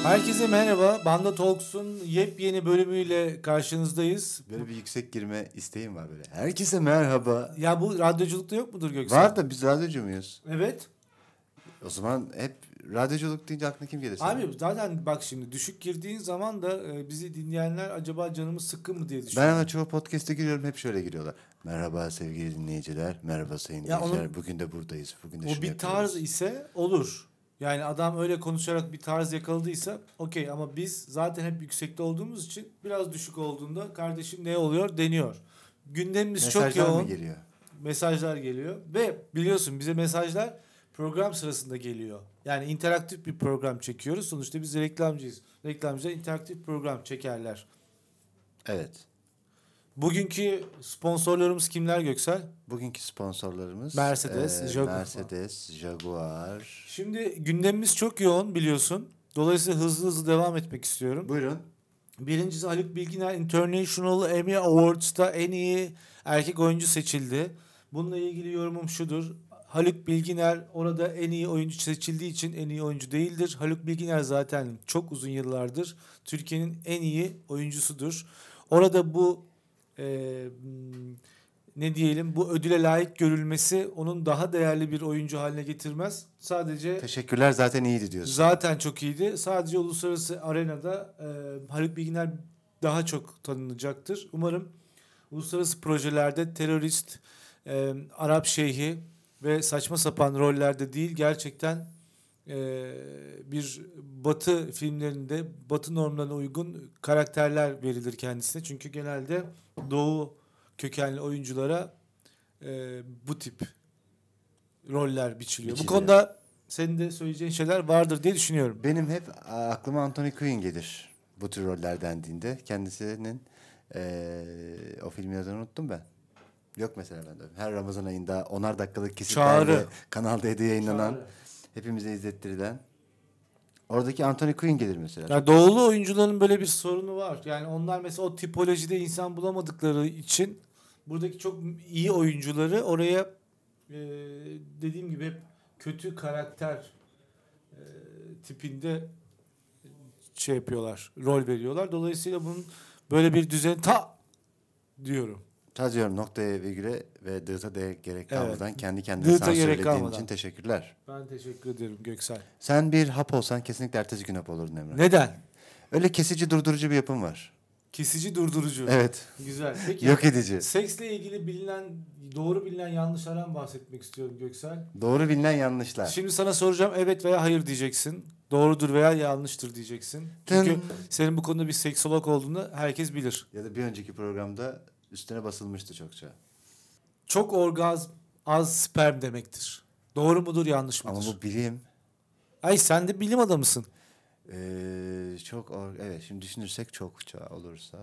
Herkese merhaba. Banda Talks'un yepyeni bölümüyle karşınızdayız. Böyle bir yüksek girme isteğim var böyle. Herkese merhaba. Ya bu radyoculukta yok mudur Göksel? Var da biz radyocu muyuz? Evet. O zaman hep radyoculuk deyince aklına kim gelir? Abi zaten bak şimdi düşük girdiğin zaman da bizi dinleyenler acaba canımız sıkkın mı diye Ben düşünüyorum. ama çoğu podcast'e giriyorum hep şöyle giriyorlar. Merhaba sevgili dinleyiciler. Merhaba sayın Ya dinleyiciler. Bugün de buradayız. Bugün de O şunu bir yapıyoruz. tarz ise olur. Yani adam öyle konuşarak bir tarz yakaladıysa okey, ama biz zaten hep yüksekte olduğumuz için biraz düşük olduğunda kardeşim ne oluyor deniyor. Gündemimiz Mesajlar çok yoğun. mı geliyor? Mesajlar geliyor ve biliyorsun bize mesajlar program sırasında geliyor. Yani interaktif bir program çekiyoruz. Sonuçta biz reklamcıyız. Reklamcılar interaktif program çekerler. Evet. Bugünkü sponsorlarımız kimler Göksel? Bugünkü sponsorlarımız Mercedes, Jaguar. Mercedes, Jaguar. Şimdi gündemimiz çok yoğun biliyorsun. Dolayısıyla hızlı hızlı devam etmek istiyorum. Buyurun. Birincisi Haluk Bilginer International Emmy Awards'ta en iyi erkek oyuncu seçildi. Bununla ilgili yorumum şudur. Haluk Bilginer orada en iyi oyuncu seçildiği için en iyi oyuncu değildir. Haluk Bilginer zaten çok uzun yıllardır Türkiye'nin en iyi oyuncusudur. Orada bu ne diyelim, bu ödüle layık görülmesi onun daha değerli bir oyuncu haline getirmez. Sadece Teşekkürler zaten iyiydi diyorsun. zaten çok iyiydi. Sadece uluslararası arenada Haluk Bilginer daha çok tanınacaktır. Umarım uluslararası projelerde terörist, Arap şeyhi ve saçma sapan rollerde değil, gerçekten bir Batı filmlerinde Batı normlarına uygun karakterler verilir kendisine. Çünkü genelde Doğu kökenli oyunculara bu tip roller biçiliyor. Bu konuda senin de söyleyeceğin şeyler vardır diye düşünüyorum. Benim hep aklıma Anthony Quinn gelir bu tür roller dendiğinde. Kendisinin o filmin adını unuttum ben. Yok mesela bende. Her Ramazan ayında 10'ar dakikalık kesitlerle Çağrı. Kanal D'de yayınlanan, Çağrı. hepimize izlettirilen. Oradaki Anthony Quinn gelir mesela. Yani doğulu oyuncuların böyle bir sorunu var. Yani onlar mesela o tipolojide insan bulamadıkları için buradaki çok iyi oyuncuları oraya dediğim gibi hep kötü karakter tipinde şey yapıyorlar, rol veriyorlar. Dolayısıyla bunun böyle bir düzen diyorum. Diyorum noktaya virgüle ve dıhta gerek kalmadan kendi kendine Dıhta sana gerek söylediğin kalmadan. için teşekkürler. Ben teşekkür ederim Göksel. Sen bir hap olsan kesinlikle ertesi gün hap olurdun Emre. Neden? Öyle kesici durdurucu bir yapım var. Kesici durdurucu. Evet. Güzel. Peki Yok edici. seksle ilgili doğru bilinen yanlışlardan bahsetmek istiyorum Göksel. Doğru bilinen yanlışlar. Şimdi sana soracağım, evet veya hayır diyeceksin. Doğrudur veya yanlıştır diyeceksin. Çünkü senin bu konuda bir seksolog olduğunu herkes bilir. Ya da bir önceki programda üstüne basılmıştı çokça. Çok orgazm az sperm demektir. Doğru mudur, yanlış mıdır? Ama bu bilim. Ay sen de bilim adamısın. Evet, şimdi düşünürsek çokça olursa.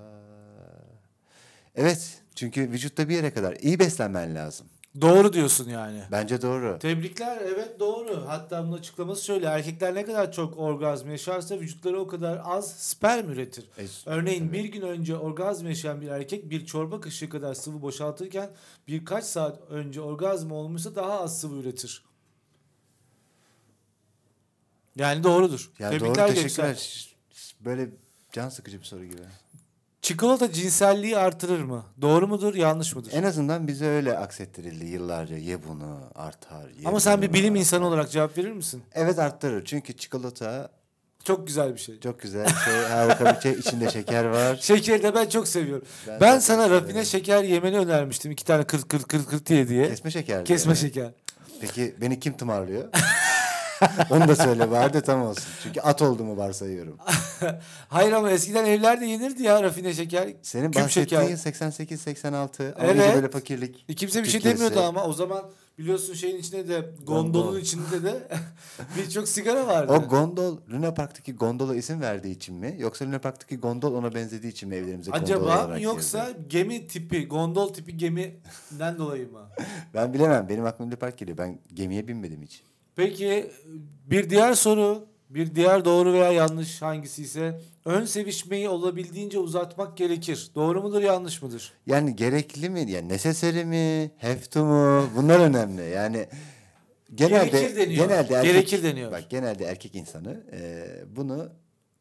Evet, çünkü vücutta bir yere kadar iyi beslenmen lazım. Doğru diyorsun yani. Bence doğru. Tebrikler, evet doğru. Hatta bunun açıklaması şöyle: erkekler ne kadar çok orgazm yaşarsa vücutları o kadar az sperm üretir. Örneğin tabii. bir gün önce orgazm yaşayan bir erkek bir çorba kaşığı kadar sıvı boşaltırken birkaç saat önce orgazm olmuşsa daha az sıvı üretir. Yani doğrudur. Yani Tebrikler doğru, Göksel. teşekkürler. Böyle can sıkıcı bir soru gibi. Çikolata cinselliği artırır mı? Doğru mudur, yanlış mıdır? En azından bize öyle aksettirildi yıllarca. Ye bunu, artar. Ye Ama sen bunu, bir bilim artar. insanı olarak cevap verir misin? Evet, arttırır. Çünkü çikolata Çok güzel bir şey. çok güzel bir şey. Harika bir şey. İçinde şeker var. Şekeri de ben çok seviyorum. Ben Ben çok sana severim. rafine şeker yemeni önermiştim. 2 tane kırt diye. Kesme şeker. Kesme şeker. Peki beni kim tımarlıyor? Onu da söyle bari de tam olsun. Çünkü at olduğumu varsayıyorum. Hayır, ama eskiden evlerde yenirdi ya rafine şeker. Senin Küp bahsettiğin şeker. 88-86 ama Evet. iyice böyle fakirlik. Kimse bir şey Türkiye'si. demiyordu ama o zaman biliyorsun şeyin içinde de gondolun Gondol. içinde de birçok sigara vardı. O gondol Luna Park'taki gondola isim verdiği için mi? Yoksa Luna Park'taki gondol ona benzediği için mi evlerimize gondol Acaba olarak yoksa girdi? gemi tipi, gondol tipi gemiden dolayı mı? Ben bilemem. Benim aklıma Luna Park geliyor. Ben gemiye binmedim hiç. Peki bir diğer soru, bir diğer doğru veya yanlış hangisi ise: ön sevişmeyi olabildiğince uzatmak gerekir. Doğru mudur, yanlış mıdır? Yani gerekli mi? Yani necessary mi? Have to mu? Bunlar önemli. Yani Gerekir deniyor. genelde erkek, Gerekir deniyor. Bak, genelde erkek insanı bunu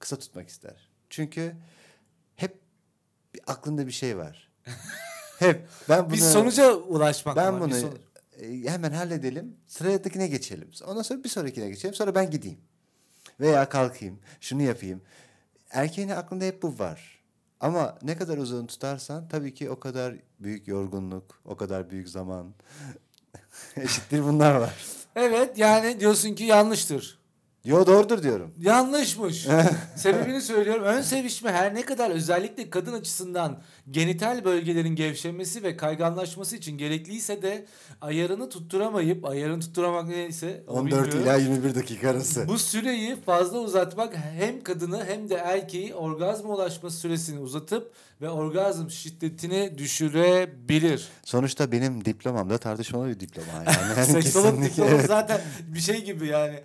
kısa tutmak ister. Çünkü hep aklında bir şey var. Hep ben bunu Bir sonuca ulaşmak ben var. bunu Bir sonuç. hemen halledelim. Sıradakine geçelim. Ondan sonra bir sonrakine geçelim. Sonra ben gideyim. Veya kalkayım. Şunu yapayım. Erkeğin aklında hep bu var. Ama ne kadar uzun tutarsan tabii ki o kadar büyük yorgunluk, o kadar büyük zaman eşittir bunlar var. Evet, yani diyorsun ki yanlıştır. Yo, doğrudur diyorum. Yanlışmış. Sebebini söylüyorum. Ön sevişme her ne kadar özellikle kadın açısından genital bölgelerin gevşemesi ve kayganlaşması için gerekliyse de ayarını tutturamak neyse onu 14 bilmiyorum. ila 21 dakika arası. Bu süreyi fazla uzatmak hem kadını hem de erkeği orgazma ulaşması süresini uzatıp ve orgazm şiddetini düşürebilir. Sonuçta benim diplomam da tartışmalı bir diploma. Yani Seksolog kesinlikle, diploması evet. zaten bir şey gibi yani.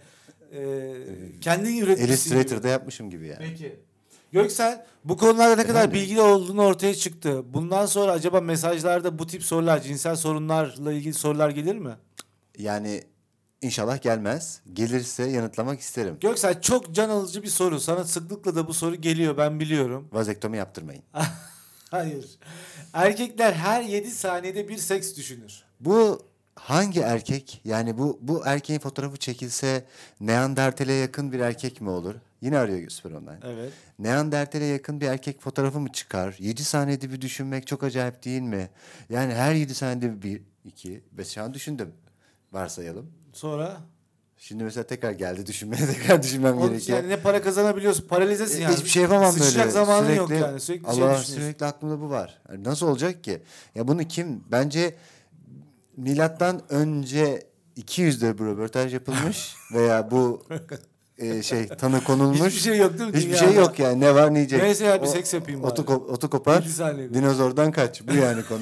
Kendin üretmişsin gibi. Illustrator'da yapmışım gibi yani. Peki. Göksel, bu konularda ne kadar bilgili olduğunu ortaya çıktı. Bundan sonra acaba mesajlarda bu tip sorular, cinsel sorunlarla ilgili sorular gelir mi? Yani inşallah gelmez. Gelirse yanıtlamak isterim. Göksel, çok can alıcı bir soru. Sana sıklıkla da bu soru geliyor, ben biliyorum. Vazektomi yaptırmayın. Hayır. Erkekler her 7 saniyede bir seks düşünür. Bu hangi erkek? Yani bu erkeğin fotoğrafı çekilse Neandertal'e yakın bir erkek mi olur? Yine arıyor Süper Online. Evet. Neandertal'e yakın bir erkek fotoğrafı mı çıkar? 7 saniyede bir düşünmek çok acayip değil mi? Yani her 7 saniyede bir, 2, 5 şu an düşündüm. Varsayalım. Sonra? Şimdi mesela tekrar geldi düşünmeye, tekrar düşünmem gerekiyor. Yani ne para kazanabiliyorsun, paralizesin yani. Hiçbir şey yapamam böyle. Sıçacak zamanın Sürekli, yok yani. Sürekli şey Allah, düşünüyorsun. sürekli aklımda bu var. Yani nasıl olacak ki? Ya bunu kim? Bence milattan önce 200'de bu röportaj yapılmış veya bu tanı konulmuş. Hiçbir şey yok değil mi? Hiçbir dünyada? şey yok yani. Ne var ne yiyecek? Neyse ya, bir seks yapayım bari. Otu kopar, 7 saniyede. dinozordan kaç. Bu yani konu.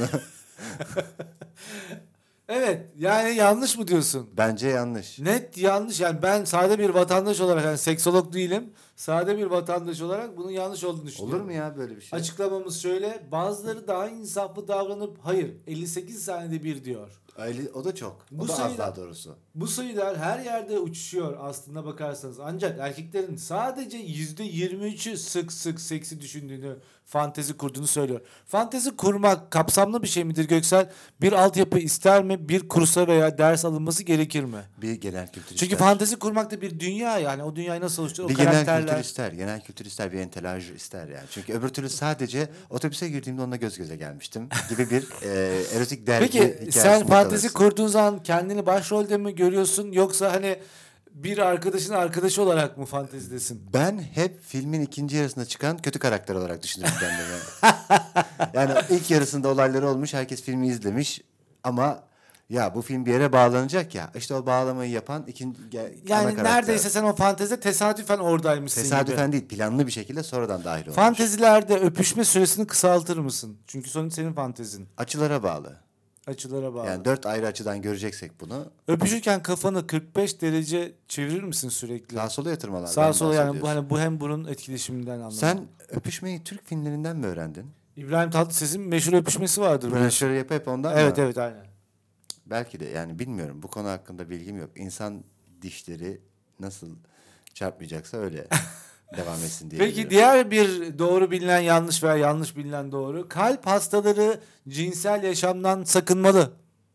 Evet, yani yanlış mı diyorsun? Bence yanlış. Net yanlış. Yani ben sade bir vatandaş olarak, yani seksolog değilim. Sade bir vatandaş olarak bunun yanlış olduğunu düşünüyorum. Olur mu ya böyle bir şey? Açıklamamız şöyle. Bazıları daha insaflı davranıp hayır 58 saniyede bir diyor. O da çok. Bu O da az sayıda- daha doğrusu. Bu sayılar her yerde uçuşuyor aslında bakarsanız. Ancak erkeklerin sadece %23'ü sık sık seksi düşündüğünü, fantezi kurduğunu söylüyor. Fantezi kurmak kapsamlı bir şey midir Göksel? Bir altyapı ister mi? Bir kursa veya ders alınması gerekir mi? Bir genel kültür Çünkü ister. fantezi kurmak da bir dünya yani. O dünyayı nasıl oluşturuyor? Bir O genel karakterler. kültür ister. Genel kültür ister. Bir entelaj ister yani. Çünkü öbür türlü sadece otobüse girdiğimde onunla göz göze gelmiştim gibi bir erotik dergi Peki hikayesinde sen fantezi kalırsın. kurduğun zaman kendini başrolde mi görüyorsun, yoksa hani bir arkadaşın arkadaşı olarak mı fantezidesin? Ben hep filmin ikinci yarısında çıkan kötü karakter olarak düşünürüm kendimi. Yani ilk yarısında olayları olmuş. Herkes filmi izlemiş. Ama ya bu film bir yere bağlanacak ya. İşte o bağlamayı yapan ana Yani karakter. neredeyse sen o fantezide tesadüfen oradaymışsın Tesadüfen gibi. değil, planlı bir şekilde sonradan dahil olmuş. Fantezilerde öpüşme süresini kısaltır mısın? Çünkü senin fantezin. Açılara bağlı. Açılara bağlı. Yani 4 ayrı açıdan göreceksek bunu. Öpüşürken kafanı 45 derece çevirir misin sürekli? Sağa sola yatırmalardan Sağa sola, yani bu bahsediyorsun. hani bu hem burun etkileşiminden anlamında. Sen öpüşmeyi Türk filmlerinden mi öğrendin? İbrahim Tatlıses'in meşhur öpüşmesi vardır. Böyle şöyle yap ondan mı? Evet evet aynen. Belki de yani bilmiyorum. Bu konu hakkında bilgim yok. İnsan dişleri nasıl çarpmayacaksa öyle devam etsin diye. Peki diğer bir doğru bilinen yanlış veya yanlış bilinen doğru. Kalp hastaları cinsel yaşamdan sakınmalı.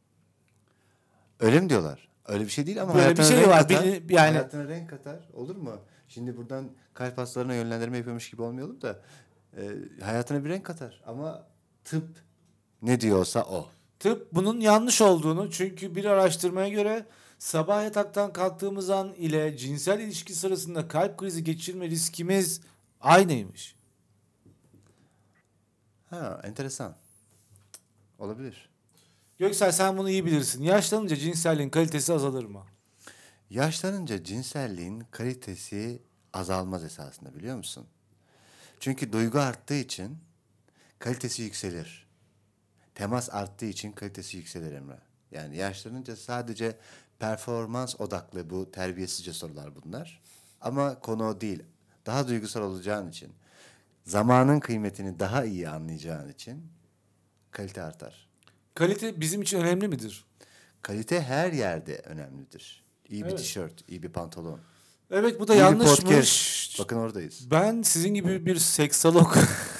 Öyle mi diyorlar? Öyle bir şey değil ama Böyle hayatına bir şey renk var. katar. Yani Hayatına renk katar. Olur mu? Şimdi buradan kalp hastalarına yönlendirme yapıyormuş gibi olmayalım da hayatına bir renk katar. Ama tıp ne diyorsa o. tıp bunun yanlış olduğunu, çünkü bir araştırmaya göre sabah yataktan kalktığımız an ile cinsel ilişki sırasında kalp krizi geçirme riskimiz aynıymış. Ha, enteresan. Olabilir. Göksel, sen bunu iyi bilirsin. Yaşlanınca cinselliğin kalitesi azalır mı? Yaşlanınca cinselliğin kalitesi azalmaz esasında, biliyor musun? Çünkü duygu arttığı için kalitesi yükselir. Temas arttığı için kalitesi yükselir Emre. Yani yaşlanınca sadece performans odaklı bu terbiyesizce sorular bunlar. Ama konu o değil. Daha duygusal olacağın için, zamanın kıymetini daha iyi anlayacağın için kalite artar. Kalite bizim için önemli midir? Kalite her yerde önemlidir. İyi bir Evet. tişört, iyi bir pantolon. Evet, bu da İyi bir yanlışmış. podcast. Bakın oradayız. Ben sizin gibi bir seksolog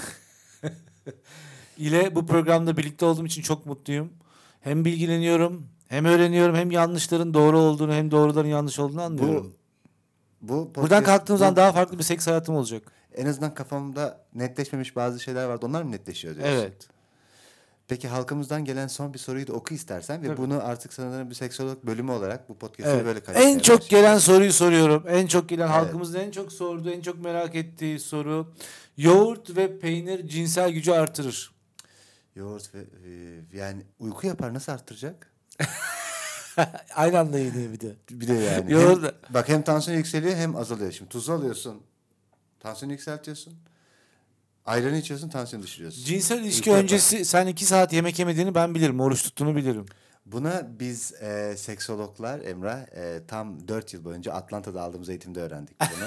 ile bu programda birlikte olduğum için çok mutluyum. Hem bilgileniyorum, hem öğreniyorum, hem yanlışların doğru olduğunu, hem doğruların yanlış olduğunu anlıyorum. Bu Buradan kalktığım zaman bu- daha farklı bir seks hayatım olacak. En azından kafamda netleşmemiş bazı şeyler vardı. Onlar mı netleşiyor diyorsun? Evet. Peki halkımızdan gelen son bir soruyu da oku istersen ve Tabii. bunu artık sanırım bir seksolog bölümü olarak bu podcast'ı Evet. böyle kaydetmeye En çok başlayalım. gelen soruyu soruyorum. En çok gelen Evet. halkımızın en çok sorduğu, en çok merak ettiği soru. Yoğurt ve peynir cinsel gücü artırır. Yoğurt ve yani uyku yapar, nasıl arttıracak? Aynı anda yediği bir de. Bir de yani. Yoğurt- Bak hem tansiyon yükseliyor hem azalıyor. Şimdi tuz alıyorsun. Tansiyonu yükseltiyorsun. Ayranı içiyorsun, tansiyonu düşürüyorsun. Cinsel ilişki Uyku yapar. öncesi sen 2 saat yemek yemediğini ben bilirim. Oruç tuttuğunu bilirim. Buna biz seksologlar Emrah tam 4 yıl boyunca Atlanta'da aldığımız eğitimde öğrendik bunu.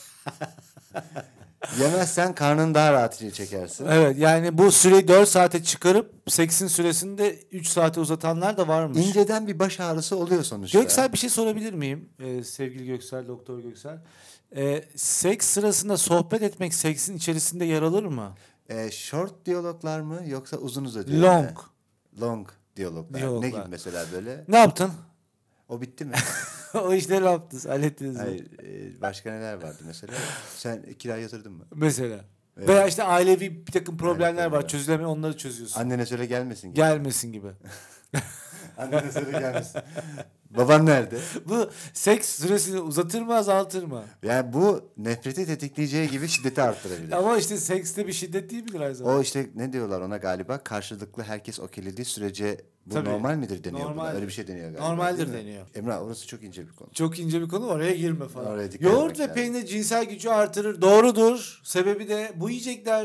Yemezsen karnını daha rahat çekersin. Evet, yani bu süreyi 4 saate çıkarıp seksin süresini de 3 saate uzatanlar da varmış. İnceden bir baş ağrısı oluyor sonuçta. Göksel, bir şey sorabilir miyim? Sevgili Göksel, Doktor Göksel. Seks sırasında sohbet etmek seksin içerisinde yer alır mı? Short diyaloglar mı yoksa uzun uzadı? Long. Long diyaloglar. Diyaloglar. Ne gibi mesela böyle? Ne yaptın? O bitti mi? O işleri ne yaptınız? Hallettiniz mi? Hayır, başka neler vardı mesela? Sen kira yatırdın mı? Mesela. Evet. Veya işte ailevi bir takım problemler var. problemler. Çözülemeyen, onları çözüyorsun. Annene söyle gelmesin gibi. Gelmesin gibi. Annene söyle gelmesin. Baban nerede? Bu seks süresini uzatır mı, azaltır mı? Yani bu nefreti tetikleyeceği gibi şiddeti arttırabilir. Ama işte sekste bir şiddet değil midir aynı zamanda? O işte ne diyorlar ona galiba? Karşılıklı herkes okeylediği sürece bu Tabii. normal midir deniyor buna. Normaldir. Öyle bir şey deniyor galiba. Normaldir değil mi? deniyor. Emrah, orası çok ince bir konu. Çok ince bir konu, oraya girme falan. Oraya dikkat Yoğurt etmek ve lazım. peynir cinsel gücü artırır. Doğrudur. Sebebi de bu yiyecekler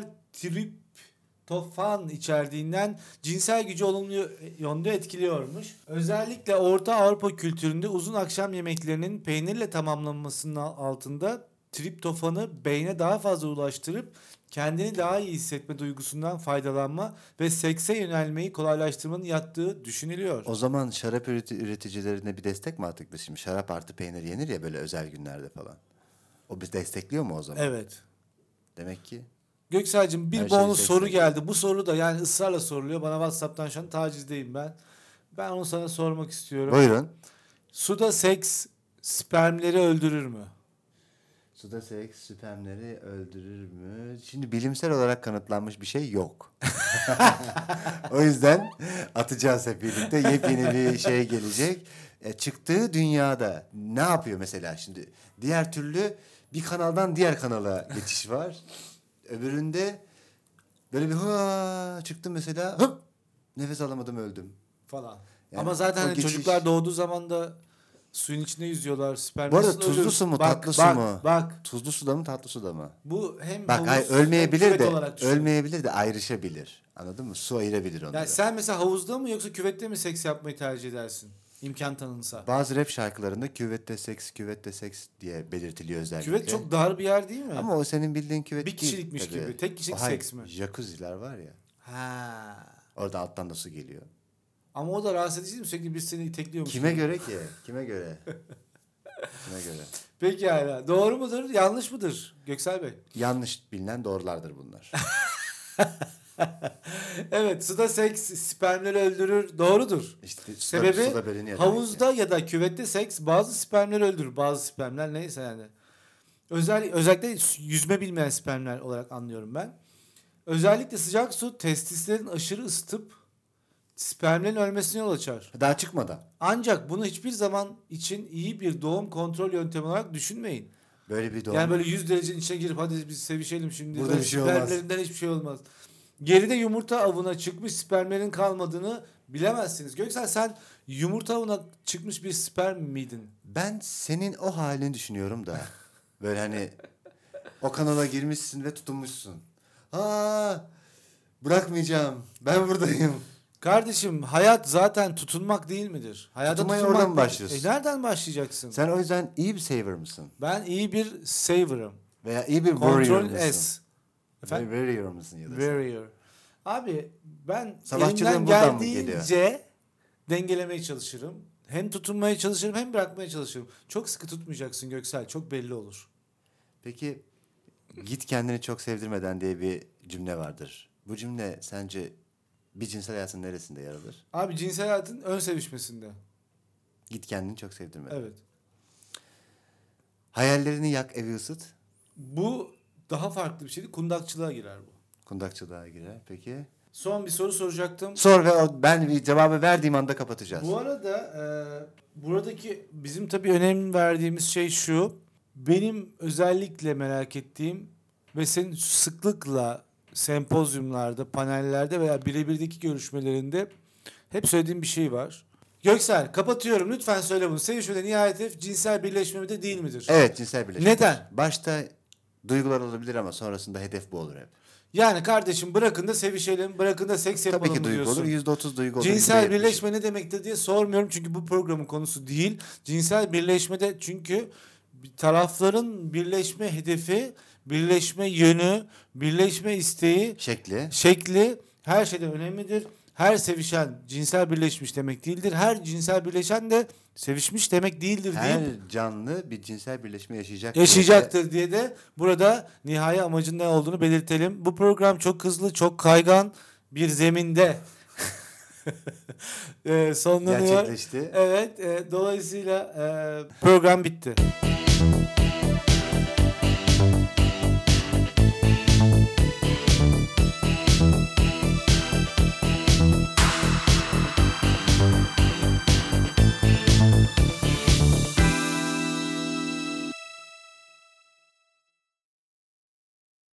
triptofan içerdiğinden cinsel gücü olumlu yönde etkiliyormuş. Özellikle Orta Avrupa kültüründe uzun akşam yemeklerinin peynirle tamamlanmasının altında triptofanı beyne daha fazla ulaştırıp kendini daha iyi hissetme duygusundan faydalanma ve sekse yönelmeyi kolaylaştırmanın yattığı düşünülüyor. O zaman şarap üreticilerine bir destek mi attık biz şimdi? Şarap artı peynir yenir ya böyle özel günlerde falan. O biz destekliyor mu o zaman? Evet. Demek ki. Göksel'cim, bir Her şeyi bonus soru seksek. geldi. Bu soru da yani ısrarla soruluyor. Bana WhatsApp'tan şu an tacizdeyim ben. Ben onu sana sormak istiyorum. Buyurun. Suda seks spermleri öldürür mü? Suda seks spermleri öldürür mü? Şimdi bilimsel olarak kanıtlanmış bir şey yok. O yüzden atacağız hep birlikte. Yepyeni bir şey gelecek. Çıktığı dünyada ne yapıyor mesela şimdi? Diğer türlü bir kanaldan diğer kanala geçiş var. Öbüründe böyle bir çıktım mesela, hıp, nefes alamadım, öldüm. Falan. Yani Ama zaten o hani geçiş- çocuklar doğduğu zaman da suyun içinde yüzüyorlar. Sperm Bu arada nasıl tuzlu ölür? su mu, Bak, tatlı su bak, mu? Bak. Tuzlu suda mı, tatlı suda mı? Bu hem Bak, havuz hayır, hem ölmeyebilir küvet de olarak düşün. ölmeyebilir de ayrışabilir. Anladın mı? Su ayırabilir onları. Yani sen mesela havuzda mı yoksa küvette mi seks yapmayı tercih edersin? İmkan tanınsa. Bazı rap şarkılarında küvette seks diye belirtiliyor özellikle. Küvet çok dar bir yer değil mi? Ama o senin bildiğin küvet Bir değil. kişilikmiş tabii. gibi. Tek kişilik O hayır, seks mi? Jacuzziler var ya. Ha. Orada alttan da su geliyor. Ama o da rahatsız edici değil mi? Sürekli bir seni itekliyormuş. Kime gibi. göre ki? Kime göre? Kime göre? Peki hala. Doğru mudur? Yanlış mıdır Göksel Bey? Yanlış bilinen doğrulardır bunlar. Evet, suda seks spermleri öldürür. Doğrudur. İşte Sebebi suda beliniyor demek havuzda ya da küvette seks bazı spermleri öldürür. Bazı spermler neyse yani. Özellikle yüzme bilmeyen spermler olarak anlıyorum ben. Özellikle sıcak su testislerin aşırı ısıtıp spermlerin ölmesine yol açar. ki. Daha çıkmadan. Ancak bunu hiçbir zaman için iyi bir doğum kontrol yöntemi olarak düşünmeyin. Böyle bir doğum. Yani böyle 100 derecenin içine girip hadi biz sevişelim şimdi. Burada bir şey olmaz. Spermlerinden hiçbir şey olmaz. Geride yumurta avına çıkmış spermlerin kalmadığını bilemezsiniz. Göksel, sen yumurta avına çıkmış bir sperm miydin? Ben senin o halini düşünüyorum da. Böyle hani o kanala girmişsin ve tutunmuşsun. Bırakmayacağım. Ben buradayım. Kardeşim, hayat zaten tutunmak değil midir? Hayata Tutunmaya tutunmak oradan değil. başlıyorsun. Nereden başlayacaksın? Sen o yüzden iyi bir saver mısın? Ben iyi bir saver'ım. Veya iyi bir warrior Kontrol mısın? S. Efendim? Warrior mısın ya da sen? Warrior. Abi ben Savaşçılığın elimden buradan mı geldiğince dengelemeye çalışırım. Hem tutunmaya çalışırım hem bırakmaya çalışırım. Çok sıkı tutmayacaksın Göksel. Çok belli olur. Peki git kendini çok sevdirmeden diye bir cümle vardır. Bu cümle sence bir cinsel hayatın neresinde yer alır? Abi cinsel hayatın ön sevişmesinde. Git kendini çok sevdirmeden. Evet. Hayallerini yak, evi ısıt. Bu daha farklı bir şeydi. Kundakçılığa girer bu. Kundakçılığa girer. Peki. Son bir soru soracaktım. Sor ve ben bir cevabı verdiğim anda kapatacağız. Bu arada buradaki bizim tabii önem verdiğimiz şey şu. Benim özellikle merak ettiğim ve senin sıklıkla sempozyumlarda, panellerde veya birebirdeki görüşmelerinde hep söylediğim bir şey var. Göksel, kapatıyorum. Lütfen söyle bunu. Sevişmede nihayet hedef cinsel birleşme midir, değil midir? Evet, cinsel birleşme. Neden? Başta duygular olabilir ama sonrasında hedef bu olur hep. Yani kardeşim bırakın da sevişelim, bırakın da seks yapalım Tabii ki duygu diyorsun. olur. %30 duygu olur. Cinsel %70. birleşme ne demektir diye sormuyorum çünkü bu programın konusu değil. Cinsel birleşmede çünkü tarafların birleşme hedefi, birleşme yönü, birleşme isteği, şekli her şeyden önemlidir. Her sevişen cinsel birleşmiş demek değildir. Her cinsel birleşen de sevişmiş demek değildir Her deyip canlı bir cinsel birleşme yaşayacaktır diye de burada nihai amacın ne olduğunu belirtelim. Bu program çok hızlı, çok kaygan bir zeminde sonlanıyor. Gerçekleşti. Evet, dolayısıyla program bitti.